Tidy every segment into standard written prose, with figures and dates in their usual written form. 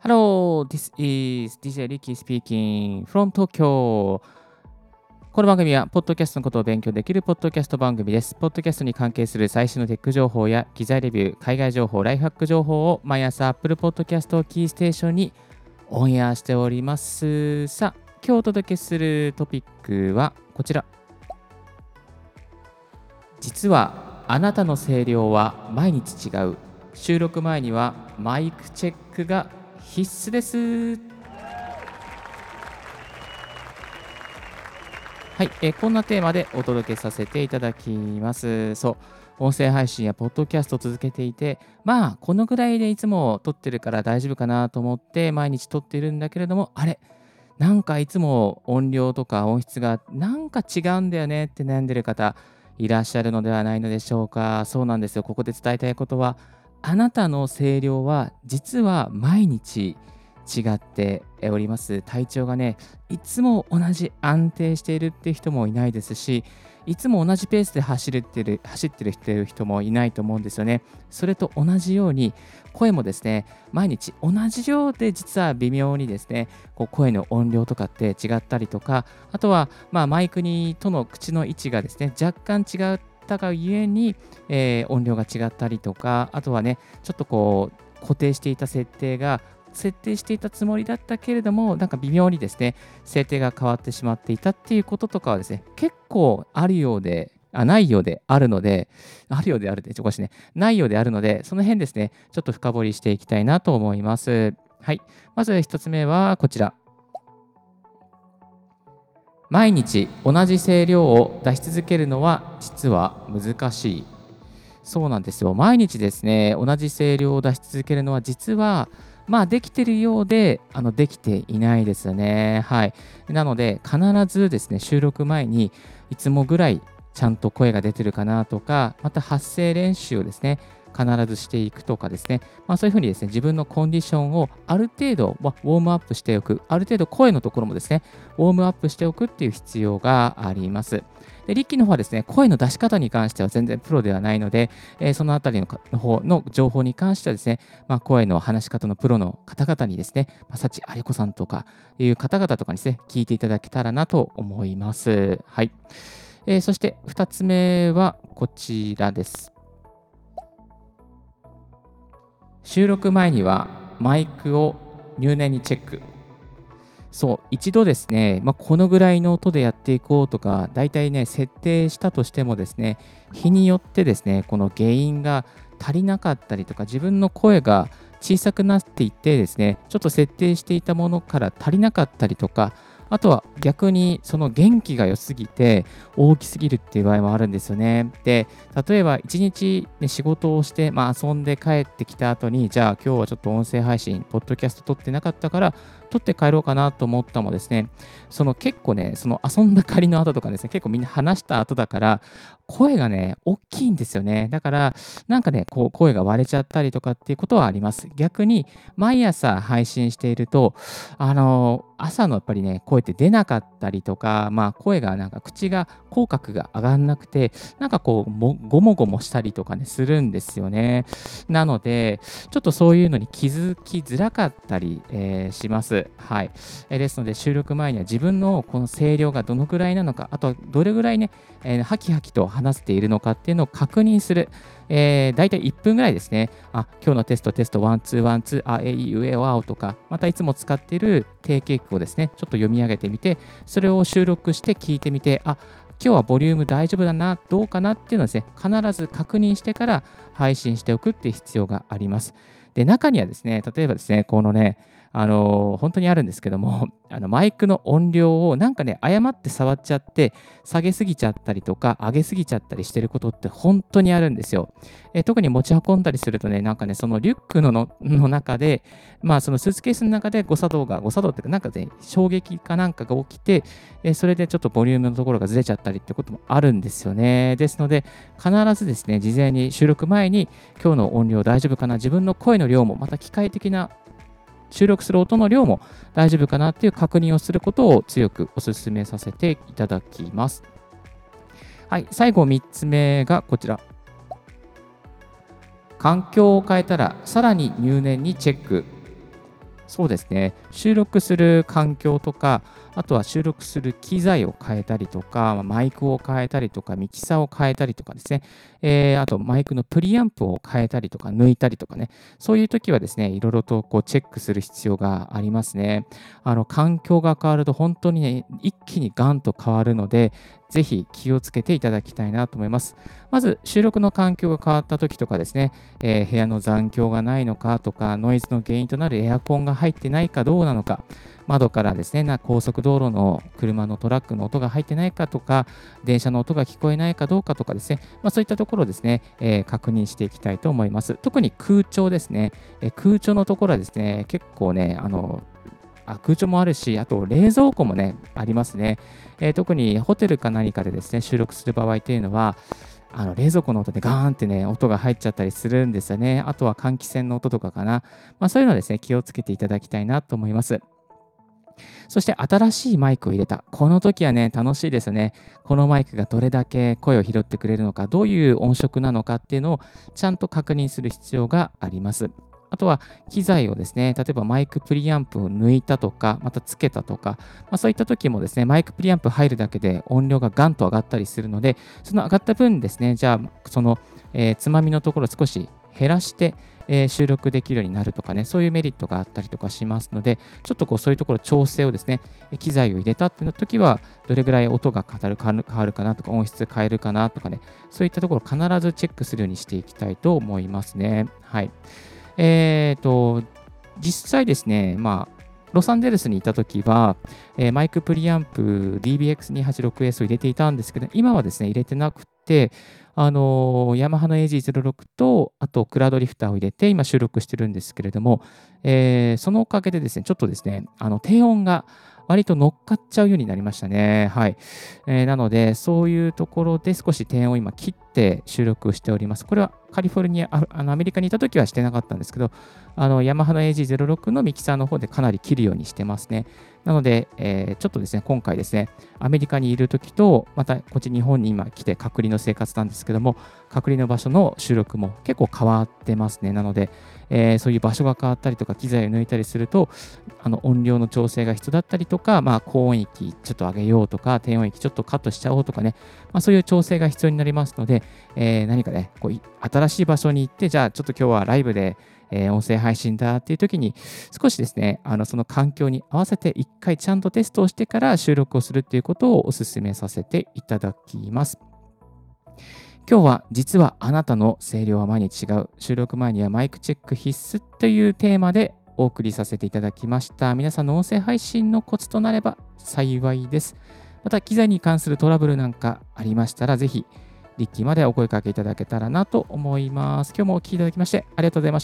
Hello, this is DJ Ricky speaking from Tokyo. この番組は、ポッドキャストのことを勉強できるポッドキャスト番組です。ポッドキャストに関係する最新のテック情報や機材レビュー、海外情報、ライフハック情報を毎朝 Apple Podcast をキーステーションにオンエアしております。さあ、今日お届けするトピックはこちら。実はあなたの声量は毎日違う。収録前にはマイクチェックが必須です。はい、こんなテーマでお届けさせていただきます。そう、音声配信やポッドキャストを続けていて、このぐらいでいつも撮ってるから大丈夫かなと思って毎日撮っているんだけれども、なんかいつも音量とか音質がなんか違うんだよねって悩んでる方いらっしゃるのではないのでしょうか。そうなんですよ。ここで伝えたいことは、あなたの声量は実は毎日違っております。体調がね、いつも同じ安定しているっていう人もいないですし、いつも同じペースで走ってる人もいないと思うんですよね。それと同じように、声もですね、毎日同じ量で実は微妙にですね、声の音量とかって違ったりとか、あとはマイクとの口の位置がですね、若干違ったがゆえに、音量が違ったりとか、あとはね、ちょっと固定していた設定していたつもりだったけれども、なんか微妙にですね、設定が変わってしまっていたっていうこととかはですね、結構あるようで、ないようであるので、あるようであるってちょこしね、ないようであるので、その辺ですね、ちょっと深掘りしていきたいなと思います。はい。まず一つ目はこちら。毎日同じ声量を出し続けるのは実は難しい。そうなんですよ。毎日ですね、同じ声量を出し続けるのは実はできてるようで、できていないですよね。はい。なので、必ずですね、収録前にいつもぐらいちゃんと声が出てるかなとか、また発声練習をですね、必ずしていくとかですね、そういうふうにですね、自分のコンディションをある程度、ウォームアップしておく、ある程度声のところもですね、ウォームアップしておくっていう必要があります。で、リッキーの方はですね、声の出し方に関しては全然プロではないので、そのあたりの方の情報に関してはですね、声の話し方のプロの方々にですね、幸ありこさんとかいう方々とかにですね、聞いていただけたらなと思います。はい。そして2つ目はこちらです。収録前にはマイクを入念にチェック。そう、一度ですね、このぐらいの音でやっていこうとか、だいたいね、設定したとしてもですね、日によってですね、この原因が足りなかったりとか、自分の声が小さくなっていってですね、ちょっと設定していたものから足りなかったりとか、あとは逆にその元気が良すぎて大きすぎるっていう場合もあるんですよね。で、例えば一日、ね、仕事をして、遊んで帰ってきた後に、じゃあ今日はちょっと音声配信、ポッドキャスト撮ってなかったから、撮って帰ろうかなと思ったもですね、その結構ね、その遊んだ帰りの後とかですね、結構みんな話した後だから、声がね、大きいんですよね。だから、なんかね、声が割れちゃったりとかっていうことはあります。逆に、毎朝配信していると、朝のやっぱりね、声って出なかったりとか、声がなんか口角が上がんなくて、なんかごもごもしたりとかね、するんですよね。なので、ちょっとそういうのに気づきづらかったり、します。はい。ですので、収録前には自分のこの声量がどのくらいなのか、あとどれぐらいね、ハキハキと話しているのかっていうのを確認する。だいたい1分ぐらいですね。今日のテスト、ワン、ツー、ワン、ツー、えいうえおあおとか、またいつも使っている定型句をですね、ちょっと読み上げてみて、それを収録して聞いてみて、今日はボリューム大丈夫だな、どうかなっていうのをですね、必ず確認してから配信しておくっていう必要があります。で、中にはですね、例えばですね、このね、本当にあるんですけども、マイクの音量をなんかね、誤って触っちゃって、下げすぎちゃったりとか、上げすぎちゃったりしてることって本当にあるんですよ。特に持ち運んだりするとね、なんかね、そのリュックの中で、そのスーツケースの中で誤作動っていうか、なんかね、衝撃かなんかが起きて、それでちょっとボリュームのところがずれちゃったりってこともあるんですよね。ですので、必ずですね、事前に収録前に、今日の音量大丈夫かな、自分の声の量も、また機械的な収録する音の量も大丈夫かなっていう確認をすることを強くお勧めさせていただきます。はい、最後3つ目がこちら。環境を変えたらさらに入念にチェック。 そうですね。収録する環境とか、あとは収録する機材を変えたりとか、マイクを変えたりとか、ミキサーを変えたりとかですね、あとマイクのプリアンプを変えたりとか、抜いたりとかね、そういう時はですね、いろいろとこうチェックする必要がありますね。環境が変わると本当にね、一気にガンと変わるので、ぜひ気をつけていただきたいなと思います。まず、収録の環境が変わった時とかですね、部屋の残響がないのかとか、ノイズの原因となるエアコンが入ってないかどうなのか、窓からですね、高速道路の車のトラックの音が入ってないかとか、電車の音が聞こえないかどうかとかですね、そういったところをですね、確認していきたいと思います。特に空調ですね。空調のところはですね、結構ね、空調もあるし、あと冷蔵庫もね、ありますね。特にホテルか何かでですね、収録する場合というのは、冷蔵庫の音でガーンってね、音が入っちゃったりするんですよね。あとは換気扇の音とかかな。そういうのはですね、気をつけていただきたいなと思います。そして新しいマイクを入れた。この時はね、楽しいですね。このマイクがどれだけ声を拾ってくれるのか、どういう音色なのかっていうのをちゃんと確認する必要があります。あとは機材をですね、例えばマイクプリアンプを抜いたとか、またつけたとか、そういった時もですね、マイクプリアンプ入るだけで音量がガンと上がったりするので、その上がった分ですね、じゃあ、その、つまみのところを少し減らして、収録できるようになるとかね、そういうメリットがあったりとかしますので、ちょっとこうそういうところ調整をですね、機材を入れたっていう時は、どれぐらい音が変わるかなとか、音質変えるかなとかね、そういったところを必ずチェックするようにしていきたいと思いますね。はい。実際ですね、ロサンゼルスにいたときは、マイクプリアンプ DBX286S を入れていたんですけど、今はですね、入れてなくて、ヤマハの AG06 と、あとクラウドリフターを入れて今収録してるんですけれども、そのおかげでですね、ちょっとですね、低音が割と乗っかっちゃうようになりましたね。はい。なので、そういうところで少し低音を今切って収録しております。これはカリフォルニア、アメリカにいたときはしてなかったんですけど、ヤマハの AG06 のミキサーの方でかなり切るようにしてますね。なので、ちょっとですね、今回ですね、アメリカにいるときと、またこっち日本に今来て隔離の生活なんですけども、隔離の場所の収録も結構変わってますね。なので、そういう場所が変わったりとか、機材を抜いたりすると、音量の調整が必要だったりとか、高音域ちょっと上げようとか、低音域ちょっとカットしちゃおうとかね、そういう調整が必要になりますので、何かね、こう新しい場所に行って、じゃあちょっと今日はライブで、音声配信だっていう時に、少しですね、その環境に合わせて一回ちゃんとテストをしてから収録をするっていうことをお勧めさせていただきます。今日は実はあなたの声量は毎日違う。収録前にはマイクチェック必須というテーマでお送りさせていただきました。皆さんの音声配信のコツとなれば幸いです。また、機材に関するトラブルなんかありましたら、ぜひ、リッキーまでお声掛けいただけたらなと思います。今日もお聞きいただきましてありがとうございました。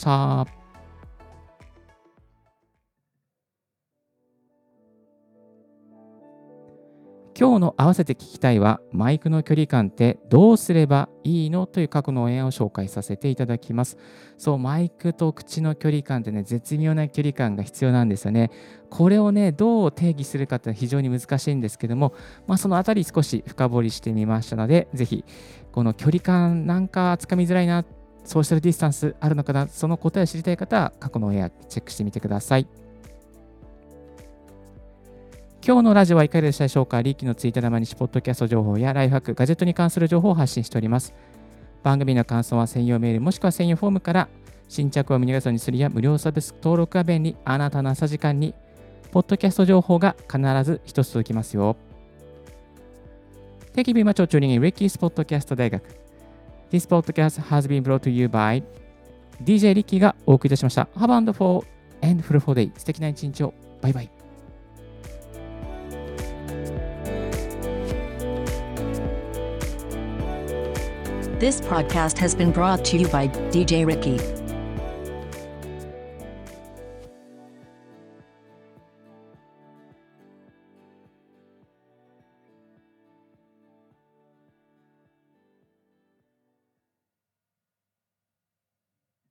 今日の合わせて聞きたいは、マイクの距離感ってどうすればいいのという過去のオンエアを紹介させていただきます。そう、マイクと口の距離感ってね、絶妙な距離感が必要なんですよね。これをね、どう定義するかって非常に難しいんですけども、そのあたり少し深掘りしてみましたので、ぜひ、この距離感なんかつかみづらいな、ソーシャルディスタンスあるのかな、その答えを知りたい方は、過去のオンエアチェックしてみてください。今日のラジオはいかがでしたでしょうか。リッキーのツイッターで毎日ポッドキャスト情報やライフハック、ガジェットに関する情報を発信しております。番組の感想は専用メールもしくは専用フォームから、新着を見逃さずにするや無料サービス登録が便利、あなたの朝時間に、ポッドキャスト情報が必ず一つ届きますよ。Thank you very much for tuning in Ricky's Podcast 大学。This podcast has been brought to you by DJ リッキーがお送りいたしました。Have a wonderful and fruitful day。素敵な一日を。バイバイ。 This podcast has been brought to you by DJ Ricky.